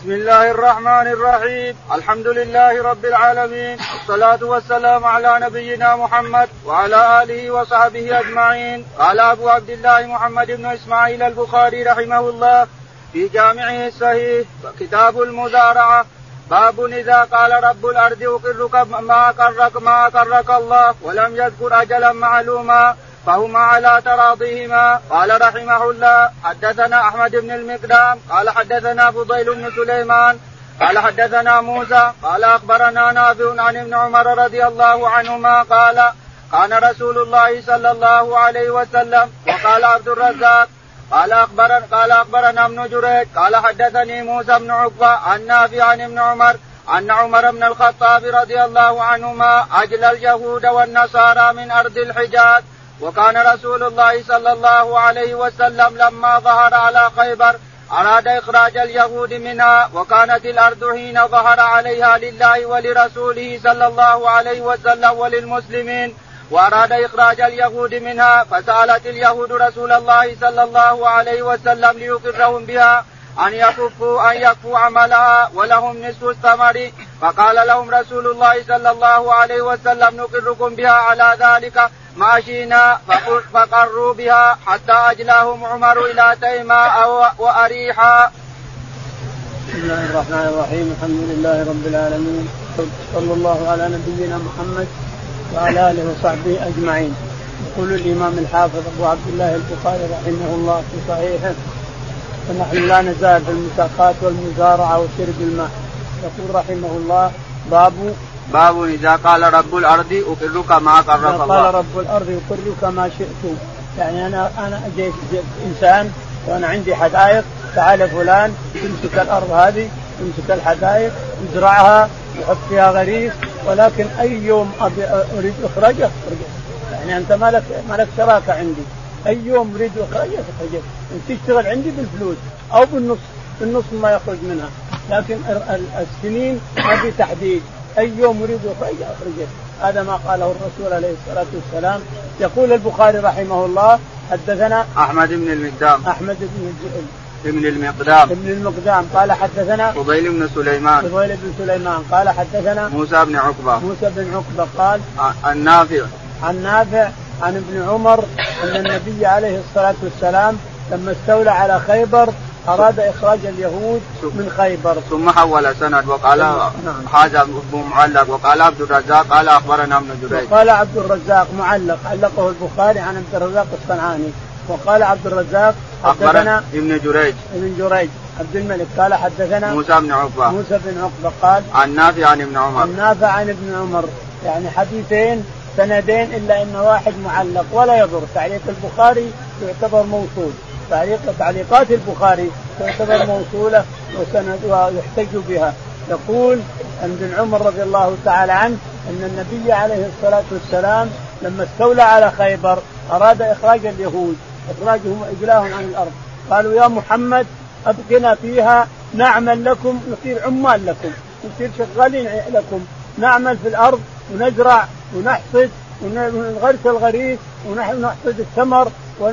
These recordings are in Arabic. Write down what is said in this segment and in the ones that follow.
بسم الله الرحمن الرحيم. الحمد لله رب العالمين، والصلاة والسلام على نبينا محمد وعلى آله وصحبه أجمعين. قال أبو عبد الله محمد بن إسماعيل البخاري رحمه الله في جامعه الصحيح كتاب المزارعة: باب إذا قال رب الأرض أقرك ما أقرك الله ولم يذكر أجلا معلوما فهما على تراضيهما. قال رحمه الله: حدثنا أحمد بن المقدام قال حدثنا فضيل بن سليمان قال حدثنا موسى قال أخبرنا نافع عن ابن عمر رضي الله عنهما قال: كان رسول الله صلى الله عليه وسلم. وقال عبد الرزاق قال أخبرنا ابن جريج قال حدثني موسى بن عقبة عن نافع عن ابن عمر أن عمر بن الخطاب رضي الله عنهما أجل اليهود والنصارى من أرض الحجاز. وكان رسول الله صلى الله عليه وسلم لما ظهر على خيبر أراد إخراج اليهود منها، وكانت الأرض حين ظهر عليها لله ولرسوله صلى الله عليه وسلم وللمسلمين، وأراد إخراج اليهود منها، فسألت اليهود رسول الله صلى الله عليه وسلم ليقرهم بها أن يكفوا عملها ولهم نصف الثمر، فقال لهم رسول الله صلى الله عليه وسلم: نقركم بها على ذلك ما شئنا، فقروا بها حتى أجلاهم عمر إلى تيماء وأريحا. بسم الله الرحمن الرحيم. الحمد لله رب العالمين، صلى الله على نبينا محمد وعلى آله وصحبه أجمعين. يقول الإمام الحافظ أبو عبد الله البخاري رحمه الله في صحيحه: ونحن لا نزال في المساقات والمزارعة وشرب الماء. يقول رحمه الله: باب إذا قال رب الأرض أقرك ما أقرك الله. قال رب الأرض أقرك ما شئت، يعني أنا جيت إنسان وأنا عندي حدائق، تعال فلان تمسك الأرض هذه، تمسك الحدائق، ازرعها وحط فيها غريس، ولكن أي يوم أريد أخرجه، يعني أنت مالك شراكة عندي، أي يوم أريد أخرجه، أنت تشتغل عندي بالفلوس أو بالنص ما يخرج منها، لكن السنين ما في تحديد، أي يوم أريد أخرجه. هذا ما قاله الرسول عليه الصلاة والسلام. يقول البخاري رحمه الله: حدثنا أحمد بن المقدام قال حدثنا فضيل بن سليمان قال حدثنا موسى بن عقبة قال عن نافع عن ابن عمر أن النبي عليه الصلاة والسلام لما استولى على خيبر أراد إخراج اليهود من خيبر. ثم حول سند وقال هذا معلق. وقال عبد الرزاق قال أخبرنا ابن جريج. وقال عبد الرزاق معلق علقه البخاري عن عبد الرزاق الصنعاني. وقال عبد الرزاق حدثنا ابن جريج عبد الملك قال حدثنا موسى بن عقبة قال عن نافع عن ابن عمر. يعني حديثين سندين إلا إن واحد معلق ولا يضر. تعليق البخاري يعتبر موصول، تعليقات البخاري تعتبر موصولة وسند ويحتج بها. يقول عن ابن عمر رضي الله تعالى عنه أن النبي عليه الصلاة والسلام لما استولى على خيبر أراد إخراج اليهود، إخراجهم وإجلاهم عن الأرض. قالوا: يا محمد أبقنا فيها نعمل لكم، نصير عمال لكم، نصير شغالين لكم، نعمل في الأرض ونزرع ونحصد ونغرس الغريس ونحصد الثمر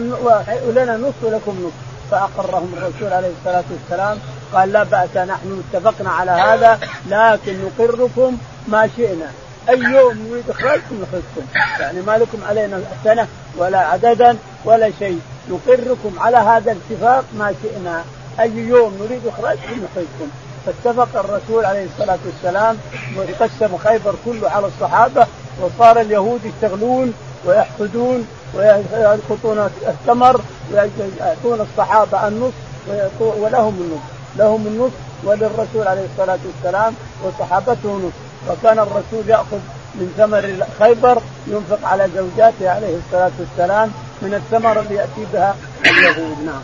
ولنا نص ولكم نص. فأقرهم الرسول عليه الصلاة والسلام، قال: لا بأس، نحن اتفقنا على هذا، لكن نقركم ما شئنا، أي يوم نريد إخراجكم نخرجكم، يعني ما لكم علينا سنة ولا عددا ولا شيء، نقركم على هذا الاتفاق ما شئنا، أي يوم نريد إخراجكم نخرجكم. فاتفق الرسول عليه الصلاة والسلام وقسم خيبر كله على الصحابة، وصار اليهود يشتغلون ويحصدون ويلقطون الثمر ويعطون الصحابة النص ولهم النص وللرسول عليه الصلاة والسلام وصحابته نص. وكان الرسول يأخذ من ثمر خيبر ينفق على زوجاته عليه الصلاة والسلام من الثمر اللي يأتي بها اليهود. نعم.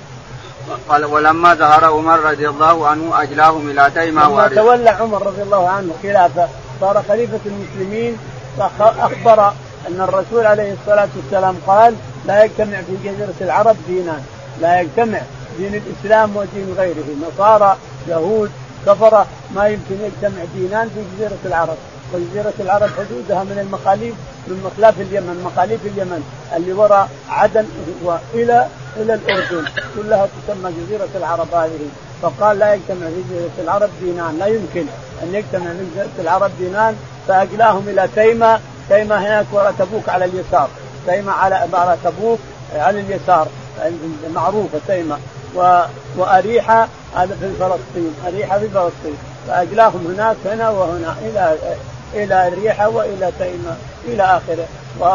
قال: ولما ظهر عمر رضي الله عنه أجلاهم إلى تيماء وأريحا. تولى عمر رضي الله عنه خلافة، صار خليفة المسلمين، أخبر أن الرسول عليه الصلاة والسلام قال: لا يجتمع في جزيرة العرب دينان، لا يجتمع دين الإسلام ودين غيره، نصارى يهود كفرة، ما يمكن يجتمع دينان في جزيرة العرب. وجزيرة العرب حدودها من المخاليف، من مخلاف اليمن، مخاليف اليمن اللي وراء عدن وإلى الأردن، كلها تسمى جزيرة العرب هذه. فقال لا يجتمع في جزيرة العرب دينان، لا يمكن أن يجتمع في جزيرة العرب دينان. فأجلاهم إلى تيمة هناك وراء تبوك على اليسار، تيمة على تبوك على اليسار معروفة تيمة، وأريحة هذا في فلسطين، أريحة في فلسطين. فأجلاهم هناك هنا وهنا إلى الريحة وإلى تيمة إلى آخره.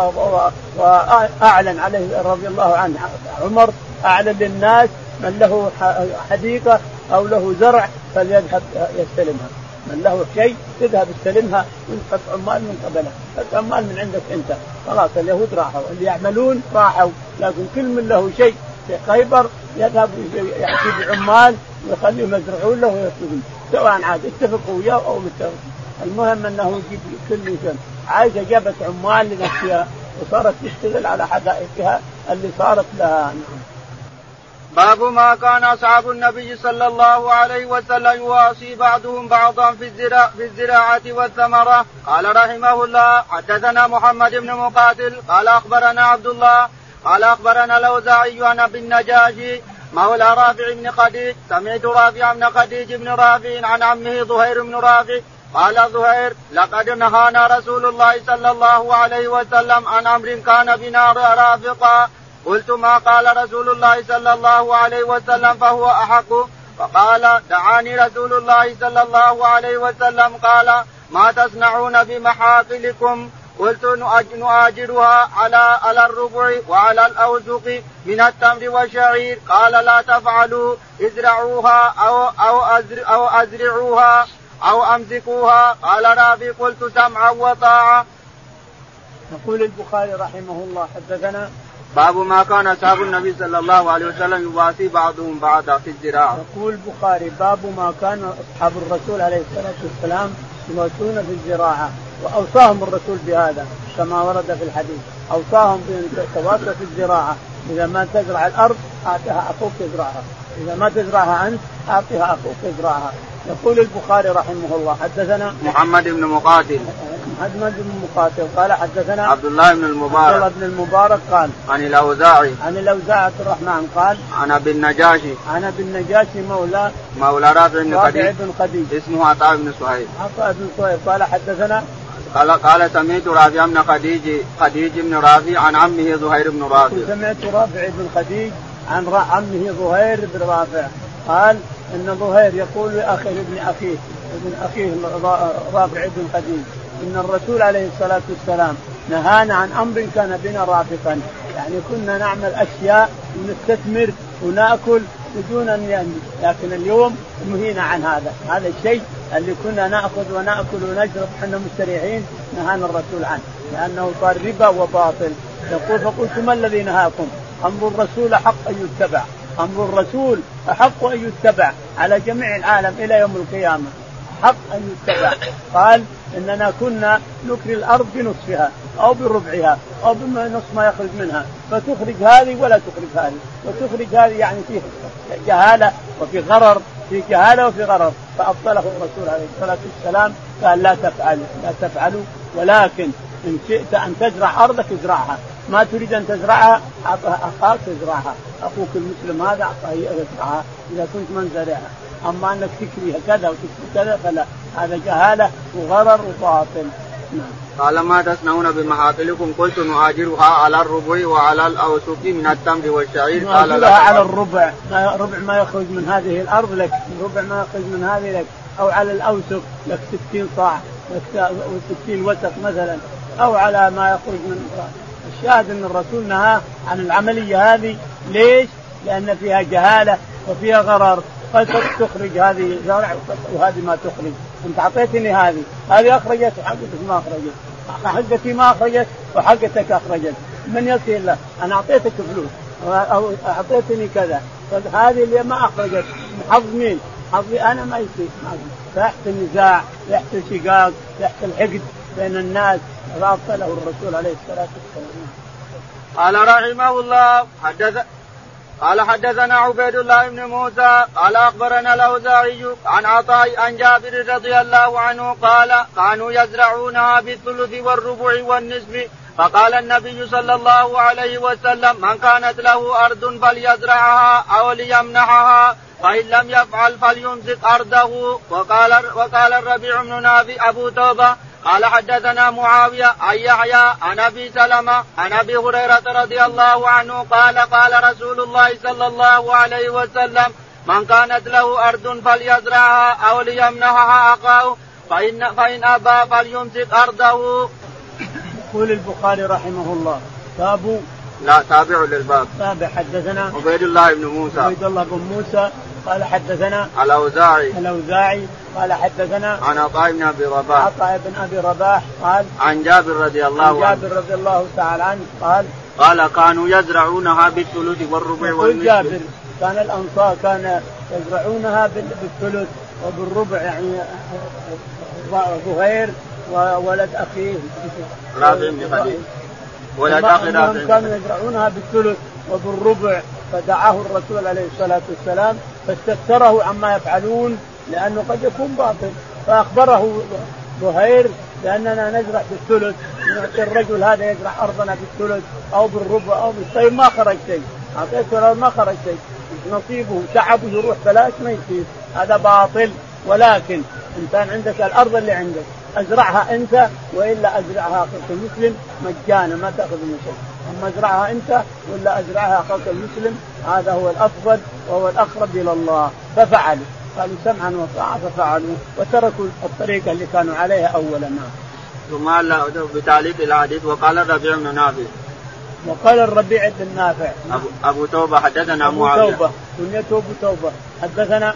وأعلن عليه رضي الله عنه عمر، أعلن للناس من له حديقة أو له زرع فليذهب يستلمها، من له شيء يذهب يستلمها وينقص عمال من قبله، عمال من عندك أنت خلاص. اليهود راحوا، اللي يعملون راحوا، لكن كل من له شيء في خيبر يذهب يأتي بعمال ويخليهم يزرعون له ويأخذون، سواء عاد اتفقوا وياه أو متفقوا. المهم أنه يجيب كل شيء. عايشة جابت عمال لنفسها وصارت تشتغل على حدائقها اللي صارت لها. باب ما كان أصحاب النبي صلى الله عليه وسلم يواصي بعضهم بعضا في الزراعة والثمرة. قال رحمه الله حدثنا محمد بن مقاتل قال أخبرنا عبد الله قال أخبرنا الأوزاعي عن أبي النجاشي مولى رافع بن خديج سمعت رافع بن خديج بن رافع عن عمه ظهير بن رافع قال ظهير لقد نهانا رسول الله صلى الله عليه وسلم عن أمر كان بنا رافقا. قلت ما قال رسول الله صلى الله عليه وسلم فهو أحق. فقال دعاني رسول الله صلى الله عليه وسلم قال ما تصنعون بمحاقلكم؟ قلت نؤاجرها على الربع وعلى الأوزق من التمر والشعير. قال لا تفعلوا، ازرعوها أو أزرعوها أو أمسكوها. قال رافع قلت سمعا وطاعة. يقول البخاري رحمه الله حدثنا باب ما كان أصحاب النبي صلى الله عليه وسلم يواسي بعضهم بعضا في الزراعة. يقول البخاري باب ما كان أصحاب الرسول عليه الصلاة والسلام يواسون في الزراعة، وأوصاهم الرسول بهذا كما ورد في الحديث، أوصاهم بالتواصل في الزراعة. إذا ما تزرع الأرض أعطيها أخوك يزرعها، إذا ما تزرعها أنت أعطيها أخوك يزرعها. يقول البخاري رحمه الله حدثنا محمد بن مقاتل قال حدثنا عبد الله بن المبارك قال عن الأوزاعي عبد الرحمن قال عن أبي النجاشي مولى رافع بن خديج اسمه عطاء بن صهيب قال حدثنا قال سمعت رافع بن خديج بن رافع عن عمه ظهير بن رافع. سمعت رافع بن خديج عن عمه ظهير بن رافع قال إن ظهير يقول لأخيه ابن أخيه رافع بن خديج إن الرسول عليه الصلاة والسلام نهانا عن أمر كان بنا رافقا، يعني كنا نعمل أشياء ونستثمر ونأكل بدون أن لكن اليوم نهينا عن هذا الشيء اللي كنا نأخذ ونأكل ونشرب حنا مستريحين، نهانا الرسول عنه لأنه صار ربا وباطل. يقول فقلت ما الذي نهاكم؟ أمر الرسول حق أن يتبع، أمر الرسول أحق أن يتبع على جميع العالم إلى يوم القيامة، حق أن يتبع. قال إننا كنا نكري الأرض بنصفها أو بربعها أو بنصف ما يخرج منها، فتخرج هذه ولا تخرج هذه، وتخرج هذه يعني فيه جهالة وفي غرر، في جهالة وفي غرر. فأبطله الرسول عليه الصلاة والسلام قال لا تفعلوا، ولكن إن شئت أن تزرع أرضك ازرعها، ما تريد أن تزرعها أعطها أخاك يزرعها، أخوك المسلم هذا أعطاه يزرعها إذا كنت من زرعها. أما أنك تكري كذا وتكري كذا فلا، هذا جهالة وغرر وباطل. قال ما تصنعون بمحاقلكم؟ قلت نؤاجرها على الربع وعلى الأوسق من التمر والشعير. قال لا على الربع، ربع ما يخرج من هذه الأرض لك، ربع ما يخرج من هذه لك، أو على الأوسق لك 60 صاع و60 وسق مثلا، أو على ما يخرج من. الشاهد أن الرسول نهى عن العملية هذه. ليش؟ لأن فيها جهالة وفيها غرر، قد تخرج هذه زرع وهذه ما تخرج. أنت أعطيتني هذه أخرجت وحقتك ما أخرجت، حقتي ما أخرجت وحقتك أخرجت، من يصير له؟ أنا أعطيتك فلوس أو أعطيتني كذا، هذه اللي ما أخرجت حظ مين؟ حظي أنا ما يصير. فيحصل نزاع، يحصل شقاق، يحصل حقد بين الناس. فأبطله الرسول عليه الصلاة والسلام. قال رحمه الله قال حدثنا عبيد الله بن موسى قال أخبرنا الأوزاعي عن عطاء عن جابر رضي الله عنه قال كانوا يزرعونها بالثلث والربع والنصف. فقال النبي صلى الله عليه وسلم من كانت له أرض فليزرعها أو ليمنحها، فإن لم يفعل فليمسك أرضه. وقال الربيع بن نافع أبو توبة قال حدثنا معاوية عن يحيى عن أبي سلمة عن أبي هريرة رضي الله عنه قال رسول الله صلى الله عليه وسلم من كانت له أرض فليزرعها أو ليمنحها أخاه فإن أبى فليمسك أرضه. يقول البخاري رحمه الله باب لا تابع للباب. تابع. حدثنا عبيد الله بن موسى قال حدثنا الأوزاعي قال حدثنا عن عطاء بن أبي رباح قال عن جابر رضي الله تعالى عنه قال كانوا يزرعونها بالثلث والربع والنصف. جابر كان الأنصار كان يزرعونها بالثلث وبالربع، يعني زهير وولد أخيه رافع بن خديج كانوا يزرعونها بالثلث وبالربع، فدعاه الرسول عليه الصلاة والسلام فاستفسره عما يفعلون لأنه قد يكون باطل، فأخبره زهير لأننا نزرع بالثلث، نعطي الرجل هذا يزرع أرضنا بالثلث أو بالربع أو بالطيب، ما خرج شيء، أعطيته ما خرج شيء، نصيبه تعبه يروح بلاش ما يصير، هذا باطل. ولكن إن كان عندك الأرض اللي عندك أزرعها أنت، وإلا أزرعها أخوك المسلم مجانا ما تأخذ من شيء، أما أزرعها أنت ولا أزرعها أخوك المسلم هذا هو الأفضل وهو الأقرب إلى الله. ففعلوا، قالوا سمعا وطاعة ففعلوا وتركوا الطريقة اللي كانوا عليها أولا. ثم بتعليق الحديث وقال الربيع بن نافع أبو توبة حدثنا معاوية كنيته أبو توبة حدثنا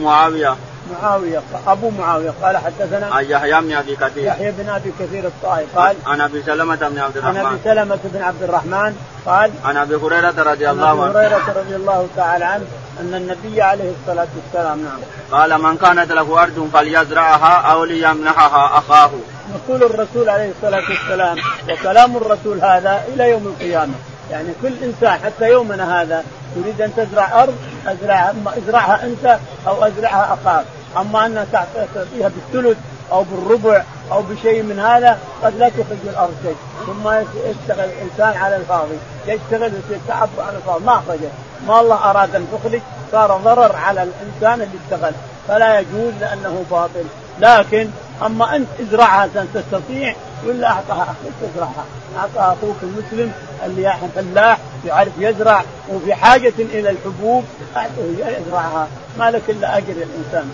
أبو معاوية قال حدثنا عن يحيى بن أبي كثير الطائي قال عن أبي سلمة بن عبد الرحمن قال عن أبي هريرة رضي الله تعالى عنه أن النبي عليه الصلاة والسلام قال من كانت له أرض فليزرعها أو ليمنحها أخاه. يقول الرسول عليه الصلاة والسلام، وكلام الرسول هذا إلى يوم القيامة، يعني كل إنسان حتى يومنا هذا تريد أن تزرع أرض ازرعها أنت أو أزرعها أخاك، أما أن تعطيها بالثلث أو بالربع أو بشيء من هذا قد لا تخرج الأرض شيء، ثم يشتغل الإنسان على الفاضي، يشتغل ويتعب على الفاضي، ما أخرجه، ما الله أراد أن تخرج صار ضرر على الإنسان اللي اشتغل، فلا يجوز لأنه باطل. لكن أما أنت ازرعها تستطيع ولا أعطها أخوك تزرعها، أعطها أخوك المسلم اللي فلاح يعرف يزرع وفي حاجة إلى الحبوب أعطه يزرعها، ما لك إلا أجر الإنسان.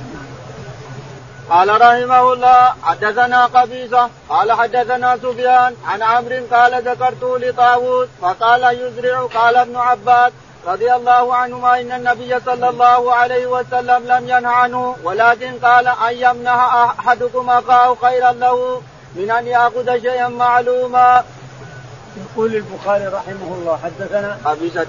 قال رحمه الله حدثنا قبيصة قال حدثنا سفيان عن عمرو قال ذكرته لطاووس فقال يزرع. قال ابن عباس رضي الله عنهما إن النبي صلى الله عليه وسلم لم ينه عنه، ولكن قال أن يمنح أحدكم أخاه خيرا له من أن يأخذ شيئا معلوما. يقول البخاري رحمه الله حدثنا قبيصة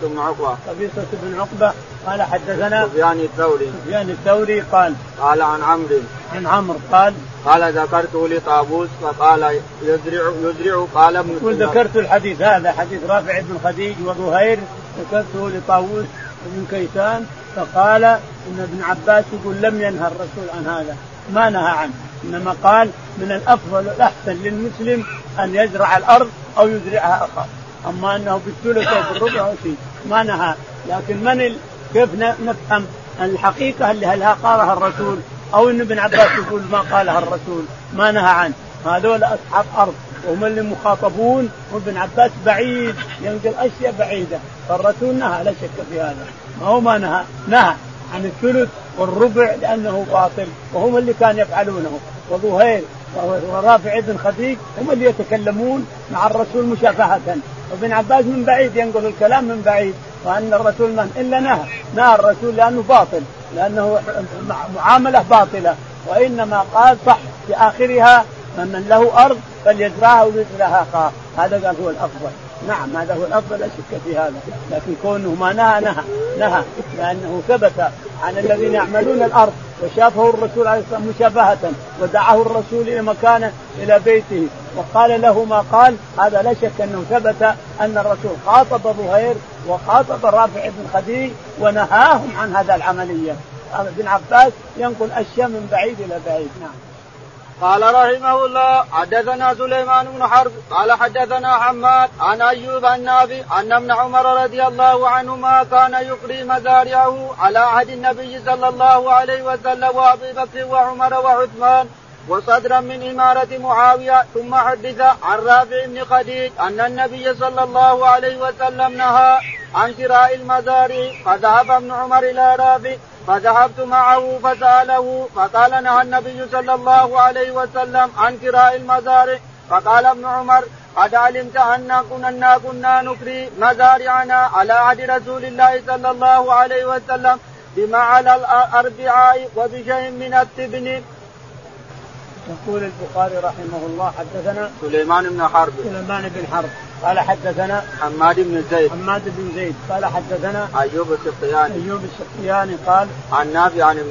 بن عقبة قال حدثنا سفيان الثوري قال عن عمرو قال ذكرته لطاووس فقال يزرع. قال ذكرت الحديث هذا حديث رافع بن خديج وزهير، ذكرته لطاووس بن كيسان فقال إن ابن عباس يقول لم ينهى الرسول عن هذا، ما نهى عنه، إنما قال من الأفضل والأحسن للمسلم أن يزرع الأرض أو يزرعها أخاه، أما أنه بالثلث أو بالربع أو شيء ما نهى. لكن كيف نفهم الحقيقة اللي هل قالها الرسول أو إن ابن عباس يقول ما قالها الرسول ما نهى عنه؟ هذول أصحاب أرض وهم اللي مخاطبون، وابن عباس بعيد ينقل أشياء بعيدة، فالرسول نهى لا شك في هذا، ما هو ما نهى عن الثلث والربع لأنه باطل، وهم اللي كانوا يفعلونه، وزهير ورافع بن خديج هم اللي يتكلمون مع الرسول مشافهة، وابن عباس من بعيد ينقل الكلام من بعيد، وأن الرسول إلا نهى الرسول لأنه باطل، لأنه معاملة باطلة، وإنما قال صح في آخرها من له أرض فليزرعها ويزرعها أخاه، هذا قال هو الأفضل. نعم هذا هو الأفضل لا شك في هذا، لكن كونه ما نهى لأنه ثبت عن الذين يعملون الأرض وشافه الرسول عليه الصلاة والسلام مشابهة، ودعاه الرسول إلى مكانه إلى بيته وقال له ما قال، هذا لا شك أنه ثبت أن الرسول خاطب زهير وخاطب رافع بن خديج ونهاهم عن هذا العملية. ابن عباس ينقل أشياء من بعيد إلى بعيد. نعم. قال رحمه الله حدثنا سليمان بن حرب قال حدثنا حماد عن أيوب النافع أن ابن عمر رضي الله عنهما كان يقري مزارعه على عهد النبي صلى الله عليه وسلم وأبي بكر وعمر وعثمان وصدرا من إمارة معاوية. ثم حدث عن رافع بن خديج أن النبي صلى الله عليه وسلم نهى عن كراء المزارع. فذهب ابن عمر إلى رافع فذهبت معه فسأله فقال نهى النبي صلى الله عليه وسلم عن كراء المزارع. فقال ابن عمر قد علمت أننا كنا نكري مزارعنا على عهد رسول الله صلى الله عليه وسلم بما على الأربعاء وبشيء من التبن. يقول البخاري رحمه الله حدثنا سليمان بن حرب قال حدثنا حماد بن زيد قال حدثنا أيوب السختياني قال عن نافع عن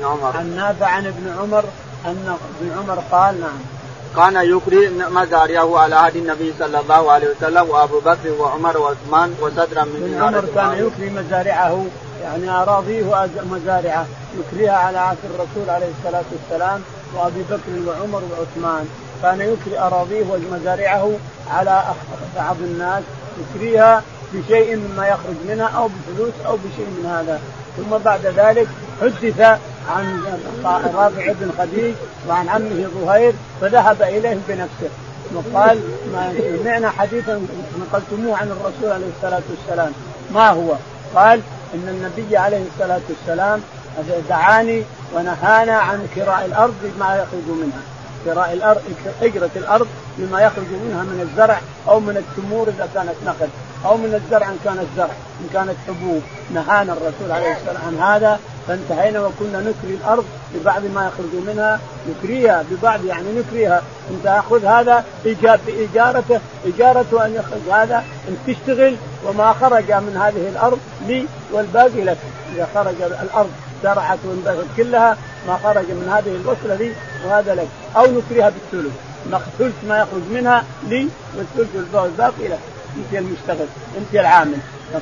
ابن عمر أن ابن عمر قال نعم كان يكري مزارعه على عهد النبي صلى الله عليه وسلم وأبو بكر وعمر وعثمان وصدرا من ابن عمر كان يكري مزارعه يعني أراضيه ومزارعه يكريها على عهد الرسول عليه الصلاة والسلام وأبي بكر وعمر وعثمان. كان يكري أراضيه ومزارعه على بعض الناس يكريها بشيء مما يخرج منها أو بفلوس أو بشيء من هذا. ثم بعد ذلك حدث عن رافع بن خديج وعن عمه ظهير فذهب إليه بنفسه وقال ما سمعنا حديثا نقلتموه عن الرسول عليه الصلاة والسلام. ما هو؟ قال إن النبي عليه الصلاة والسلام دعاني ونهانا عن كراء الأرض بما يخرج منها. كراء الأرض إجرة الأرض بما يخرج منها من الزرع أو من التمور إذا كانت نخل أو من الزرع إن كانت زرع إن كانت حبوب. نهانا الرسول عليه الصلاة والسلام عن هذا فانتهينا وكنا نكري الأرض ببعض ما يخرج منها نكريها ببعض يعني نكريها. أنت أخذ هذا بإجارته إجارته أن يخرج هذا أن تشتغل وما خرج من هذه الأرض لي والباقي لك. إذا خرج الأرض زرعت وانبثت كلها ما خرج من هذه البصلة لي وهذا لك أو نكريها بالثلث ثلث ما يخرج منها لي والثلث الباقي لك. أنت المشتغل أنت العامل.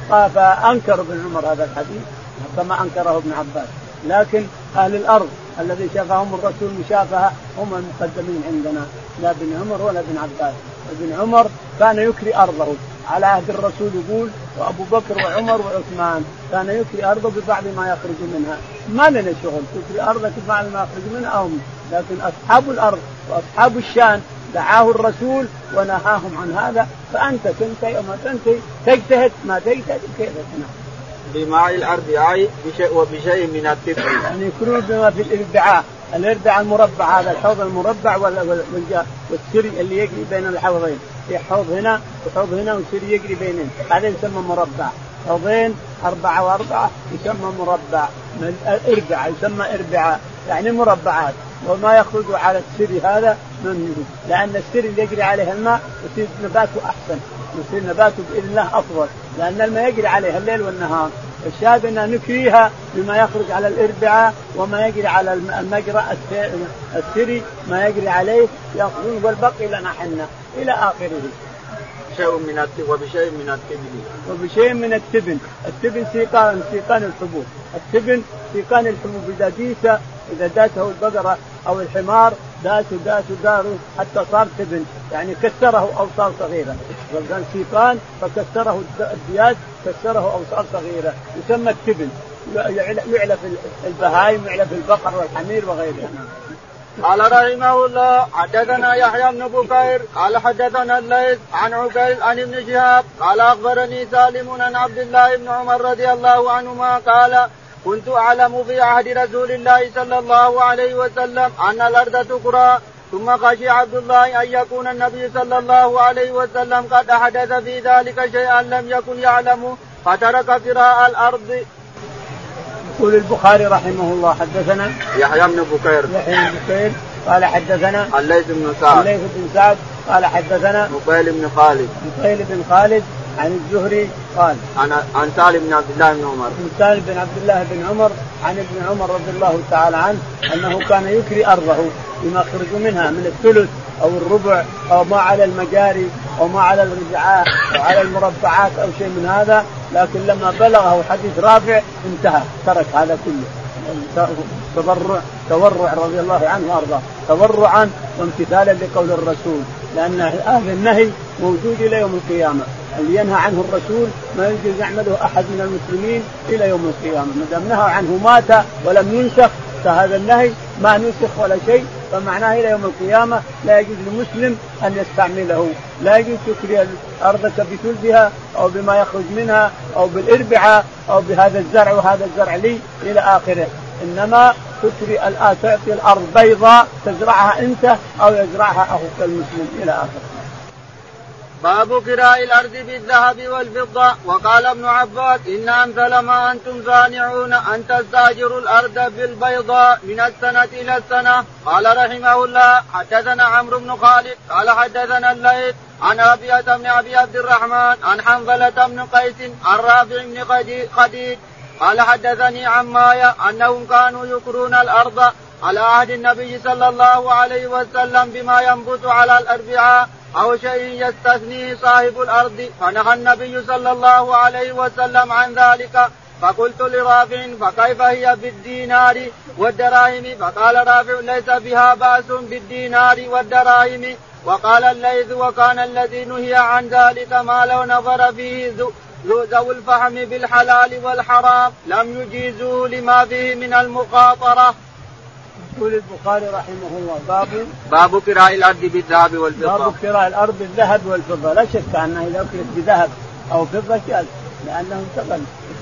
فأنكر ابن عمر هذا الحديث كما أنكره ابن عباس. لكن أهل الأرض الذي شافهم الرسول مشافهة هم المقدمين عندنا لا ابن عمر ولا ابن عباس. ابن عمر كان يكري أرضه على عهد الرسول يقول وأبو بكر وعمر وعثمان كان يكري أرضه ببعض ما يخرج منها. ما لنا شغل تكري أرضك ببعض ما يخرج منها أو لكن أصحاب الأرض وأصحاب الشان دعاه الرسول ونهاهم عن هذا. فأنت تنتهي وما تنتهي تجتهد ما تجتهد كيف تنهى بماء الأربعاء وبشيء من التبن يعني يكونون بما في الإربعاء المربع هذا الحوض المربع والسري اللي يجري بين الحوضين. في حوض هنا وحوض هنا وسري يجري بينهم هذا يسمى مربع. حوضين 4 و4 يسمى مربع. الإربعاء يسمى إربعاء يعني مربعات. وما يخرج على السري هذا منه لأن السري اللي يجري عليه الماء يصير نباته أحسن يصير نباته بإذن الله أفضل لأن الماء يجري عليها الليل والنهار. الشاهد أن نكريها بما يخرج على الإربعاء وما يجري على المجرى السري ما يجري عليه يأخذون والبقي لنا حنا إلى آخره. وبشيء من التبن. التبن سيقان الحبوب. التبن سيقان الحبوب إذا داته البقرة أو الحمار داروا حتى صار تبن يعني كسره أوصال صغيرة. وكان سيقان فكسره الدياد كسره أوصال صغيرة يسمى التبن. يعلى في البهائم يعلى في البقر والحمير وغيرها. قال رحمه الله حدثنا يحيى بن بكير قال حدثنا الليث عن عقيل عن ابن شهاب قال أخبرني سالم عن عبد الله بن عمر رضي الله عنهما قال كنت أعلم في عهد رسول الله صلى الله عليه وسلم أن الأرض تكرى ثم خشي عبد الله أن يكون النبي صلى الله عليه وسلم قد أحدث في ذلك شيئا لم يكن يعلمه فترك كراء الأرض. يقول البخاري رحمه الله حدثنا يحيى بن بكير قال حدثنا الليث بن سعد قال حدثنا مقيل بن خالد عن الزهري قال عن سالم بن عبد الله بن عمر عن ابن عمر رضي الله تعالى عنه أنه كان يكري أرضه بما خرج منها من الثلث أو الربع أو ما على المجاري أو ما على الرجعاء أو على المربعات أو شيء من هذا. لكن لما بلغه حديث رافع انتهى ترك هذا كله تورع رضي الله عنه وارضاه، تورعا وامتثالا لقول الرسول، لأن هذا النهي موجود إلى يوم القيامة. اللي ينهى عنه الرسول ما يجوز يعمله أحد من المسلمين إلى يوم القيامة، ما دام نهى عنه مات ولم ينسخ، فهذا النهي ما نسخ ولا شيء، فمعناه إلى يوم القيامة لا يجوز للمسلم أن يستعمله. لا يجوز تكري أرضك بثلثها أو بما يخرج منها أو بالإربعة أو بهذا الزرع وهذا الزرع لي إلى آخره، إنما تكري تعطي الأرض بيضاء تزرعها أنت أو يزرعها أخوك المسلم إلى آخره. باب كراء الأرض بالذهب والفضة. وقال ابن عباس إن أمثل ما أنتم صانعون أن تستأجروا الأرض بالبيضاء من السنة إلى السنة. قال رحمه الله حدثنا عمرو بن خالد قال حدثنا الليث عن ربيعة بن أبي عبد الرحمن عن حنظلة بن قيس عن رافع بن خديج قال حدثني عمايا أنهم كانوا يكرون الأرض على عهد النبي صلى الله عليه وسلم بما ينبت على الأربعاء أو شيء يستثنيه صاحب الأرض، فنهى النبي صلى الله عليه وسلم عن ذلك. فقلت لرافع فكيف هي بالدينار والدراهم؟ فقال رافع ليس بها بأس بالدينار والدراهم. وقال الليث وكان الذي نهي عن ذلك ما لو نظر فيه ذو الفهم بالحلال والحرام لم يجيزوه لما فيه من المخاطرة. يقول البخاري رحمه الله باب كراء الأرض بالذهب والفضة. باب كراء الأرض بالذهب والفضة. لا شك أنه إذا أكلت بذهب أو فضة جائز، لأنه ثمن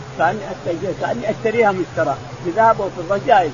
كأني أشتريها مشترى بذهب أو فضة جائز،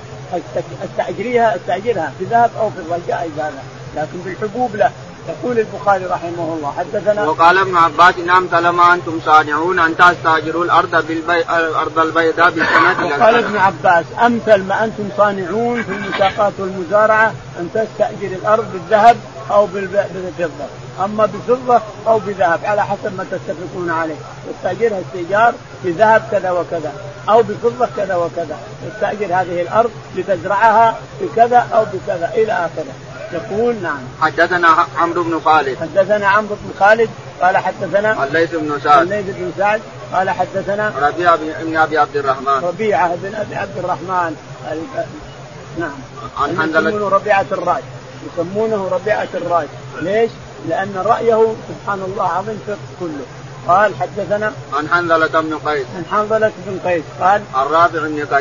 أستأجرها بذهب أو فضة جائز هذا، لكن بالحبوب لا. يقول البخاري رحمه الله حدثنا وقال ابن عباس إن أمثل ما أنتم صانعون أن تستأجروا الأرض البيضاء بالسنة. وقال ابن عباس أمثل ما أنتم صانعون في المساقات والمزارعة أن تستأجر الأرض بالذهب أو بالفضة، أما بفضة أو بذهب على حسب ما تتفقون عليه. تستأجرها استئجار بذهب كذا وكذا أو بفضة كذا وكذا، تستأجر هذه الأرض لتزرعها بكذا أو بكذا إلى آخره. يقول نعم حدثنا عمرو بن خالد قال حدثنا الليث بن سعد قال حدثنا ربيعة بن أبي عبد الرحمن نعم عن حنظلة يسمونه ربيعة الراج. ليش؟ لأن رأيه سبحان الله عظيم كله. قال حدثنا عن حنظلة بن قيس قال عن رافع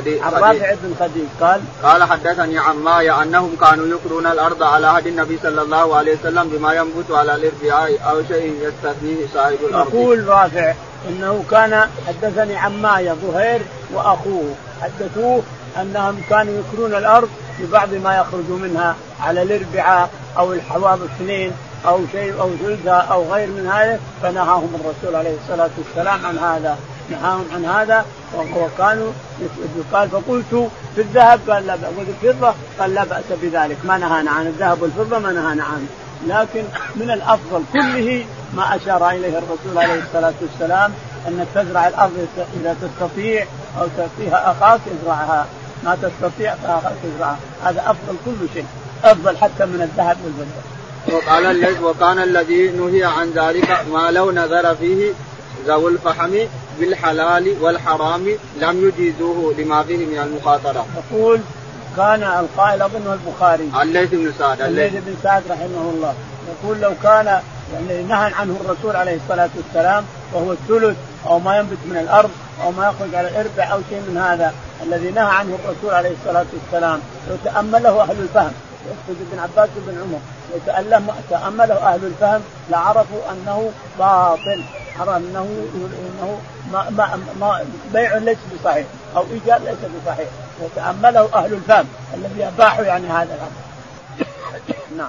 بن خديج قال حدثني عمايا أنهم كانوا يكرون الأرض على عهد النبي صلى الله عليه وسلم بما ينبت على الاربعاء أو شيء يستثنيه صاحب الأرض. يقول رافع إنه كان حدثني عمايا ظهير وأخوه حدثوه أنهم كانوا يكرون الأرض ببعض ما يخرج منها على الاربعاء أو الحواض الاثنين أو شيء أو ثلثة أو غير من هذا، فنهاهم الرسول عليه الصلاة والسلام عن هذا، نهاهم عن هذا. وكانوا قال فقلت في الذهب قال لا بأس، والفضة قال لا بأس بذلك، ما نهانا عن الذهب والفضة ما نهانا عنه، لكن من الأفضل كله ما أشار إليه الرسول عليه الصلاة والسلام أن تزرع الأرض إذا تستطيع أو تعطيها أخاك ازرعها، ما تستطيع فأخاك ازرعها، هذا أفضل كل شيء، أفضل حتى من الذهب والفضة. وقال الليث وكان الذي نهي عن ذلك ما لو نظر فيه ذو الفهم بالحلال والحرام لم يجيزوه لما فيه من المخاطرة. يقول كان القائل أظنه البخاري الليث بن سعد رحمه الله، يقول لو كان يعني نهى عنه الرسول عليه الصلاة والسلام وهو الثلث أو ما ينبت من الأرض أو ما يخرج على الإربع أو شيء من هذا الذي نهى عنه الرسول عليه الصلاة والسلام، لو تأمله أهل الفهم يقصد ابن عباس وابن عمر، تأمله أهل الفهم لعرفوا أنه باطل، عرفوا أنه ما بيع ليس بصحيح أو إيجار ليس بصحيح، وتأمله أهل الفهم الذي أباحوا يعني هذا الأمر. نعم.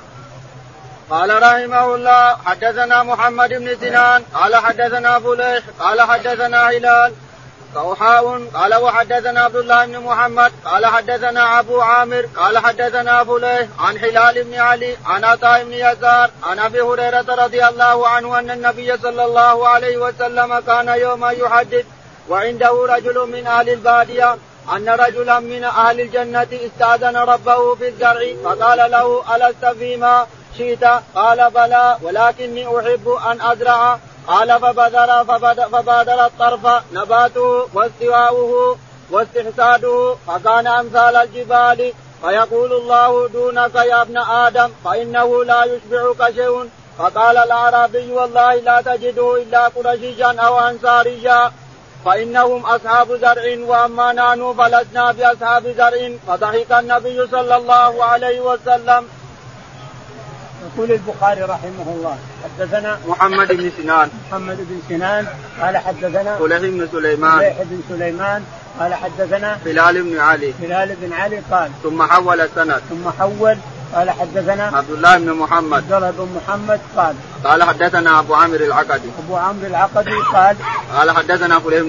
قال رحمه الله حدثنا محمد بن سنان قال حدثنا فليح قال حدثنا هلال كوحاء قال وحدثنا عبد الله بن محمد قال حدثنا أبو عامر قال حدثنا فليح عن هلال بن علي عن عطاء بن يسار عن أبي هريرة رضي الله عنه أن النبي صلى الله عليه وسلم كان يوما يحدث وعنده رجل من أهل البادية أن رجلا من أهل الجنة استأذن ربه في الزرع فقال له ألست فيما شئت؟ قال بلى ولكني أحب أن أزرع. قال فبادر الطرف نباته واستواؤه واستحساده فكان أمثال الجبال فيقول الله دونك يا ابن آدم فإنه لا يشبعك شيء. فقال الأعرابي والله لا تجده إلا قرشيا أو أنصاريا فإنهم أصحاب زرع وأما نحن فلسنا بأصحاب زرع. فضحك النبي صلى الله عليه وسلم. يقول البخاري رحمه الله حدثنا محمد بن سنان قال حدثنا فليح بن سليمان قال حدثنا هلال بن علي قال ثم حول السند قال حدثنا عبد الله بن محمد قال حدثنا أبو عمرو العقدي قال حدثنا فليح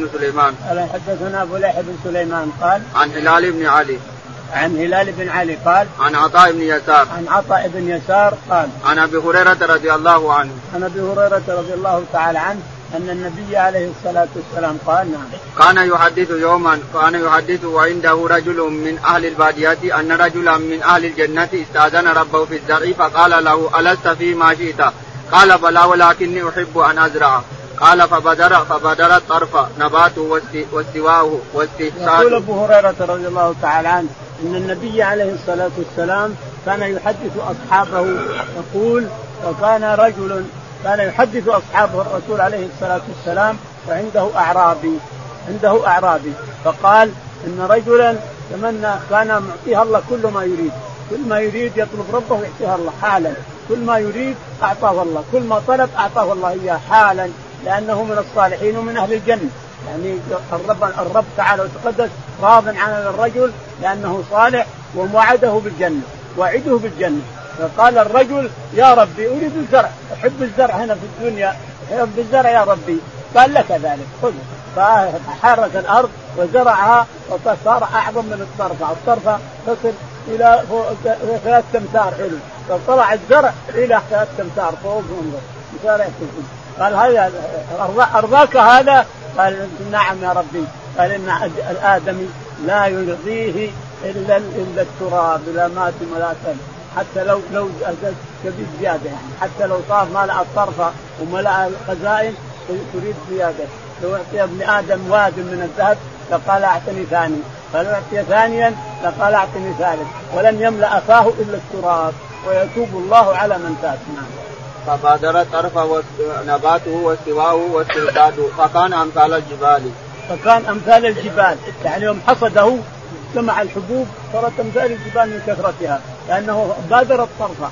بن سليمان قال عن هلال بن علي قال عن عطاء بن يسار قال عن أبي هريرة رضي الله تعالى عنه أن النبي عليه الصلاة والسلام قال كان يحدث وعنده رجل من أهل البادية أن رجلا من أهل الجنة استأذن ربه في الزرع فقال له ألست في ما شئت؟ قال بلى ولكني أحب أن أزرع. قال فبدر الطرف نباته واستواؤه واستحسانه. يقول أبو هريرة رضي الله تعالى عنه أن النبي عليه الصلاة والسلام كان يحدث أصحابه يقول كان يحدث أصحابه الرسول عليه الصلاة والسلام وعنده أعرابي فقال إن رجلا تمنى كان معطيها الله كل ما يريد يطلب ربه يعطيها الله حالا كل ما يريد أعطاه الله كل ما طلب أعطاه الله إياه حالا لأنه من الصالحين ومن أهل الجنة. يعني الرب تعالى وتقدس راض عن الرجل لأنه صالح ووعده بالجنة. فقال الرجل يا ربي أريد الزرع أحب الزرع هنا في الدنيا أحب الزرع يا ربي. قال لك ذلك خذ. فحرك الأرض وزرعها وصار أعظم من الطرفة تصل إلى 3 أمتار حلو. فطلع الزرع إلى 3 أمتار فوق انظر. قال هذا أرضاك هذا؟ قال نعم يا ربي. قال إن الآدمي لا يرضيه إلا التراب لا مات ولا تل حتى لو تزيد زيادة يعني حتى لو صار ملأ الطرفة وملأ الخزائن تريد زيادة. لو أعطي ابن آدم واد من الذهب لقال أعطني ثاني فلو أعطي ثانيا لقال أعطني ثالث ولن يملأ فاه إلا التراب ويتوب الله على من تاب. فبادر الطرف نباته واستواؤه واستعداده فكان أمثال الجبال يعني يوم حصده جمع الحبوب صارت أمثال الجبال من كثرتها لأنه بادر الطرفة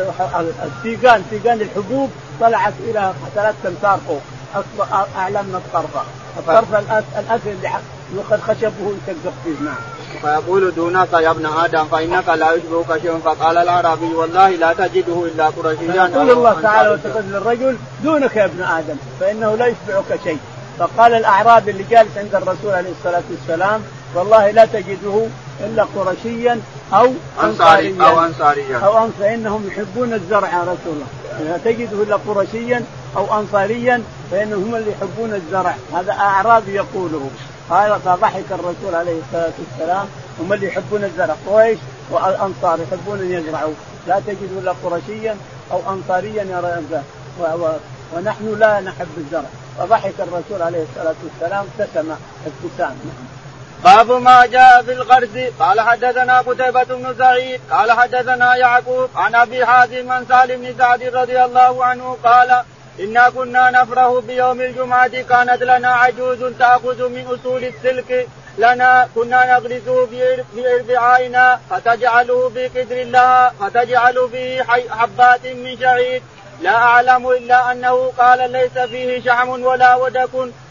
التيجان الحبوب طلعت إلى 3 أمتار فوق أعلى من الطرفة الأثر اللي يقد خشبه يتقف فيه. نعم. فيقول دونك يا ابن آدم فإنك لا يشبهك شيء. فقال الأعرابي والله لا تجده إلا قرشيا. يقول الله تعالى وتقدس للرجل دونك يا ابن آدم فإنه لا يشبهك شيء. فقال الأعرابي اللي جالس عند الرسول عليه الصلاة والسلام والله لا تجده إلا قرشيا أو أنصاريا فإنهم يحبون الزرع يا رسول الله. لا تجده إلا قرشيا أو أنصاريا فإنهم هم اللي يحبون الزرع. هذا أعرابي يقوله. قال فضحك الرسول عليه الصلاة والسلام هم اللي يحبون الزرع قريش والأنصار يحبون أن يزرعوا. لا تجده إلا قرشيا أو أنصاريا يا رسول ونحن لا نحب الزرع. فضحك الرسول عليه الصلاة والسلام ابتسام. باب ما جاء في الغرس. قال حدثنا قتيبة بن سعيد قال حدثنا يعقوب عن أبي حازم عن سالم بن سعد رضي الله عنه قال إنا كنا نفرح بيوم الجمعة كانت لنا عجوز تأخذ من أصول السلك لنا كنا نغرسه بإربعائنا فتجعله بقدر الله فتجعل فيه حبات من شعير لا أعلم إلا أنه قال ليس فيه شحم ولا ودك.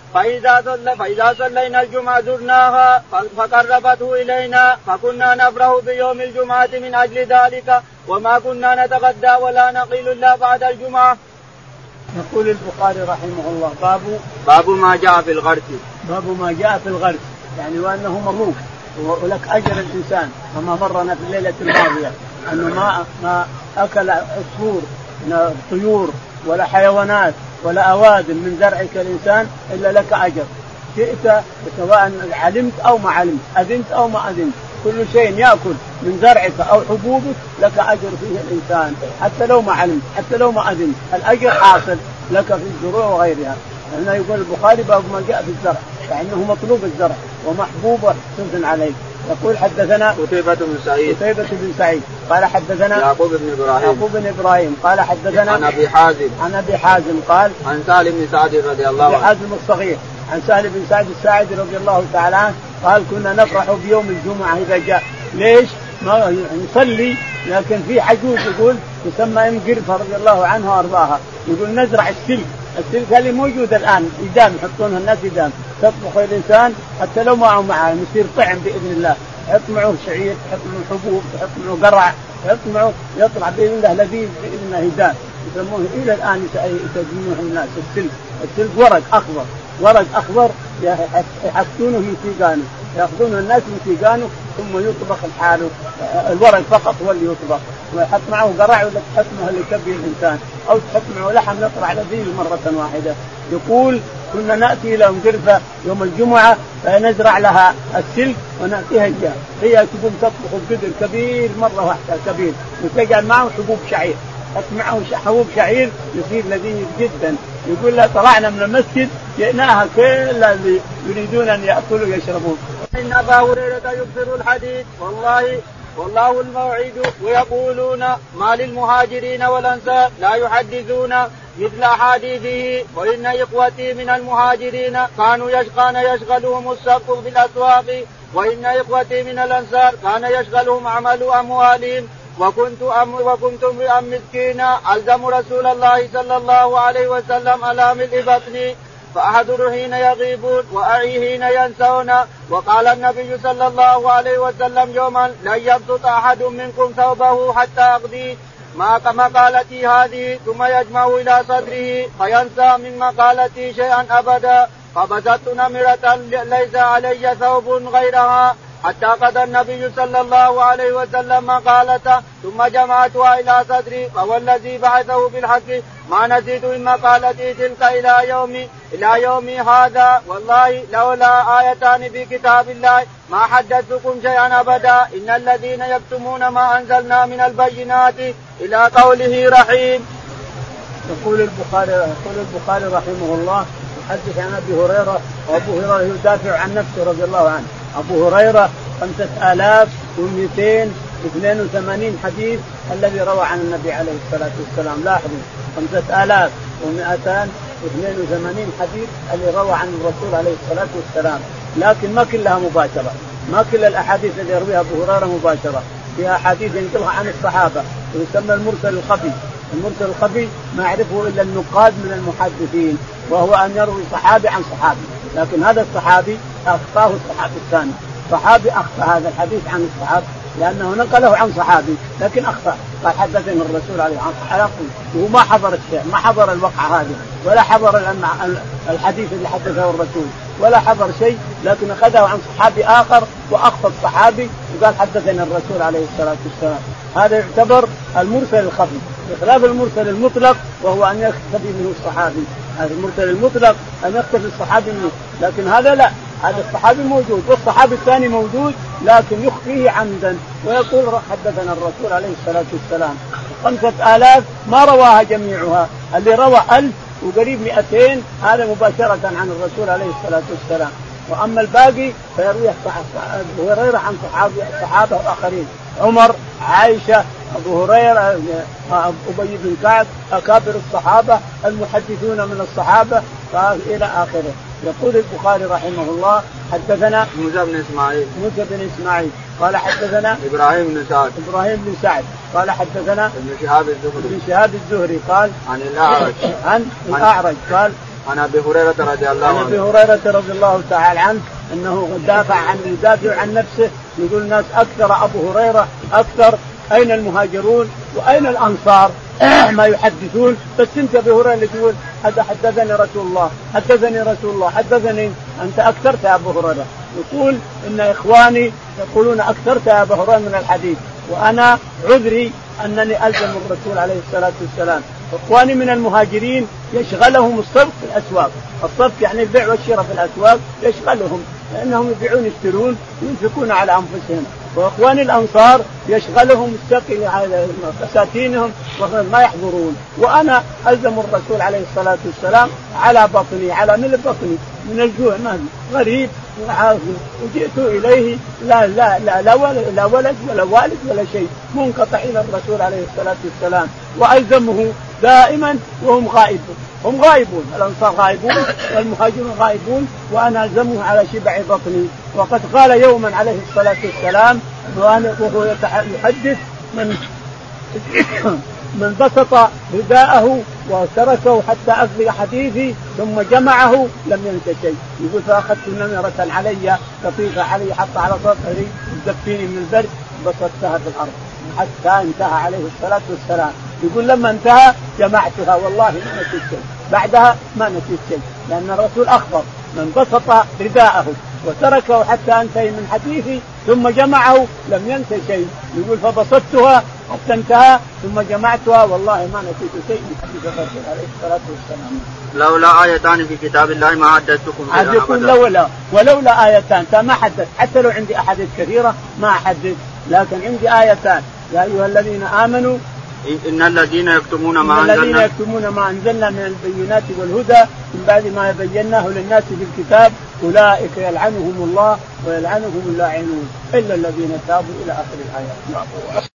فإذا صلينا الجمعة زرناها فقربته إلينا فكنا نفرح بيوم الجمعة من أجل ذلك وما كنا نتغدى ولا نقيل إلا بعد الجمعة. يقول البخاري رحمه الله باب ما جاء في الغرس. باب ما جاء في الغرس يعني وأنه مروف ولك أجر الإنسان كما مرنا في الليلة الماضية أنه ما أكل عصفور طيور ولا حيوانات ولا أوادم من زرعك الإنسان إلا لك أجر شئت سواء علمت أو ما علمت أذنت أو ما أذنت كل شيء يأكل من زرعك أو حبوبك لك أجر فيه الإنسان حتى لو ما علمت حتى لو ما أذنت الأجر حاصل لك في الزروع وغيرها. هنا يقول البخاري باب ما جاء في الزرع فإنه مطلوب الزرع ومحبوب وحسن عليه. يقول حدثنا قتيبة بن سعيد قال حدثنا يعقوب بن إبراهيم قال حدثنا عن أبي حازم قال عن سهل بن سعد رضي الله عنه حازم الصغير عن سهل بن سعد الساعدي رضي الله تعالى عنه قال كنا نفرح بيوم الجمعة إذا جاء. ليش؟ ما نصلي لكن في عجوز يقول يسمى ام قرفة رضي الله عنها وارضاها يقول نزرع السلك اللي موجود الان إدام يحطونها الناس إدام تطبخ الانسان حتى لو معه يصير طعم باذن الله. يحط معه شعير يحط معه حبوب يحط معه قرع يحط معه يطلع باذن الله لذيذ باذن الله إدام يسموه الى الان يسمونه الناس السلك ورق اخضر يحطونه من تيجانه ياخذونه الناس من تيجانه ثم يطبخ الحال الورق فقط هو اللي يطبخ ويحط معه قرع ولا تحط معه اللي يكفي الانسان او تحط معه لحم يطلع لذيذ مرة واحدة. يقول كنا نأتي إلى أم قرفة يوم الجمعة فنزرع لها السلك ونأتيها إياه هي تقوم تطبخ بقدر كبير مرة واحدة كبير وتجعل معه حبوب شعير حط معه حبوب شعير يصير لذيذ جدا. يقول لا طلعنا من المسجد جئناها كل اللي يريدون أن يأكلوا ويشربون. إن أبا هريرة يكثر الحديث والله الموعد ويقولون ما للمهاجرين والأنصار لا يحدثون مثل حديثه وإن إخوتي من المهاجرين كان يشغلهم السبق بالأسواق وإن إخوتي من الأنصار كان يشغلهم عمل أموالهم وكنت امرئا مسكينا ألزم رسول الله صلى الله عليه وسلم على ملء بطني فأحضر حين يغيبون وأعي حين ينسون. وقال النبي صلى الله عليه وسلم يوما لن يبسط أحد منكم ثوبه حتى أقضي ما مقالتي هذه ثم يجمع إلى صدره فينسى من مقالتي شيئا أبدا فبسطت نمرة ليس علي ثوب غيرها حتى قضى النبي صلى الله عليه وسلم مقالته ثم جمعتها إلى صدري فوالذي بعثه بالحق ما نسيت من مقالتي تلك إلى يومي هذا والله لولا آيتان في كتاب الله ما حدثتكم شيئا أبدا إن الذين يكتمون ما أنزلنا من البينات إلى قوله رحيم. يقول البخاري رحمه الله يحدث عن أبي هريرة وأبو هريرة يدافع عن نفسه رضي الله عنه. أبو هريرة 5282 حديث الذي روى عن النبي عليه الصلاة والسلام. لاحظوا 5282 حديث اللي روى عن الرسول عليه الصلاة والسلام لكن ما كلها مباشرة ما كل الأحاديث اللي يرويها أبو هريرة مباشرة فيها أحاديث ينقلها عن الصحابة ويسمى المرسل الخفي. المرسل الخفي ما يعرفه إلا النقاد من المحدثين وهو أن يروي صحابي عن صحابي لكن هذا الصحابي أخطاه الصحابي الثاني صحابي أخطأ هذا الحديث عن الصحابي لأنه نقله عن صحابي لكن أخطأ قال حدثنا الرسول عليه الصلاة والسلام وهو ما حضر الشيء ما حضر الوقعة هذه ولا حضر الحديث اللي حدثه الرسول ولا حضر شيء لكن أخذه عن صحابي آخر وأخطأ الصحابي وقال حدثنا الرسول عليه الصلاة والسلام. هذا يعتبر المرسل الخفي بخلاف المرسل المطلق وهو أن يختفي منه الصحابي. هذا المرسل المطلق أن يختفي الصحابي منه لكن هذا لا هذا الصحابي موجود والصحابي الثاني موجود لكن يخفيه عمدا ويقول حدثنا الرسول عليه الصلاة والسلام. 5000 ما رواها جميعها اللي روى 1000 وقريب 200 هذا مباشرة عن الرسول عليه الصلاة والسلام. وأما الباقي فيرويه أبو هريرة عن صحابة آخرين عمر عائشة أبو هريرة أبي بن كعب أكابر الصحابة المحدثون من الصحابة إلى آخره. يقول البخاري رحمه الله حدثنا موسى بن إسماعيل قال حدثنا إبراهيم بن سعد قال حدثنا ابن شهاب الزهري قال عن الأعرج قال عن أبي هريرة رضي الله تعالى عنه أنه يدافع عن نفسه يقول الناس أكثر أبو هريرة أكثر أين المهاجرون وأين الأنصار ما يحدثون بس أنت أبي هريرة اللي تقول هذا حدثني رسول الله حدثني أنت أكثرت يا أبو هريرة. يقول إن إخواني يقولون أكثرت يا أبو هريرة من الحديث وأنا عذري أنني ألزم الرسول عليه الصلاة والسلام. إخواني من المهاجرين يشغلهم الصرف في الأسواق الصرف يعني البيع والشراء في الأسواق يشغلهم لأنهم يبيعون يشترون ينفقون على أنفسهم. وإخواني الأنصار يشغلهم السقي على فساتينهم وما يحضرون وأنا ألزم الرسول عليه الصلاة والسلام على بطني على ملء بطني من الجوع غريب وجئت إليه لا ولد ولا والد ولا شيء، منقطع إلى الرسول عليه الصلاة والسلام، وألزمه دائما وهم غائبون. هم غائبون، الأنصار غائبون والمهاجرون غائبون، وأنا ألزمه على شبع بطني. وقد قال يوما عليه الصلاة والسلام وهو يحدث من بسط رداءه وتركه حتى أفرغ حديثي ثم جمعه لم ينس شيء. يقول فأخذت نمرة علي لطيفة علي حتى على صدري تدفيني من البرد بسطتها في الأرض حتى انتهى عليه الصلاة والسلام. يقول لما انتهى جمعتها والله ما نسيت شيء، بعدها ما نسيت شيء، لأن الرسول أخبر من بسط رداءه وتركه حتى انتهي من حديثي ثم جمعه لم ينس شيء. يقول فبسطتها حتى انتهى ثم جمعتها والله ما نسيت شيء من حديث الرسول عليه الصلاة والسلام. لولا آيتان في كتاب الله ما حدثتكم بها أبدا. ولولا آيتان فما حدث، حتى لو عندي أحاديث كثيرة ما أحدث، لكن عندي آيتان يا أيها الذين آمنوا إن الذين يكتمون ما أنزلنا من البينات والهدى من بعد ما بيناه للناس في الكتاب أولئك يلعنهم الله ويلعنهم اللاعنون إلا الذين تابوا إلى آخر الآيات.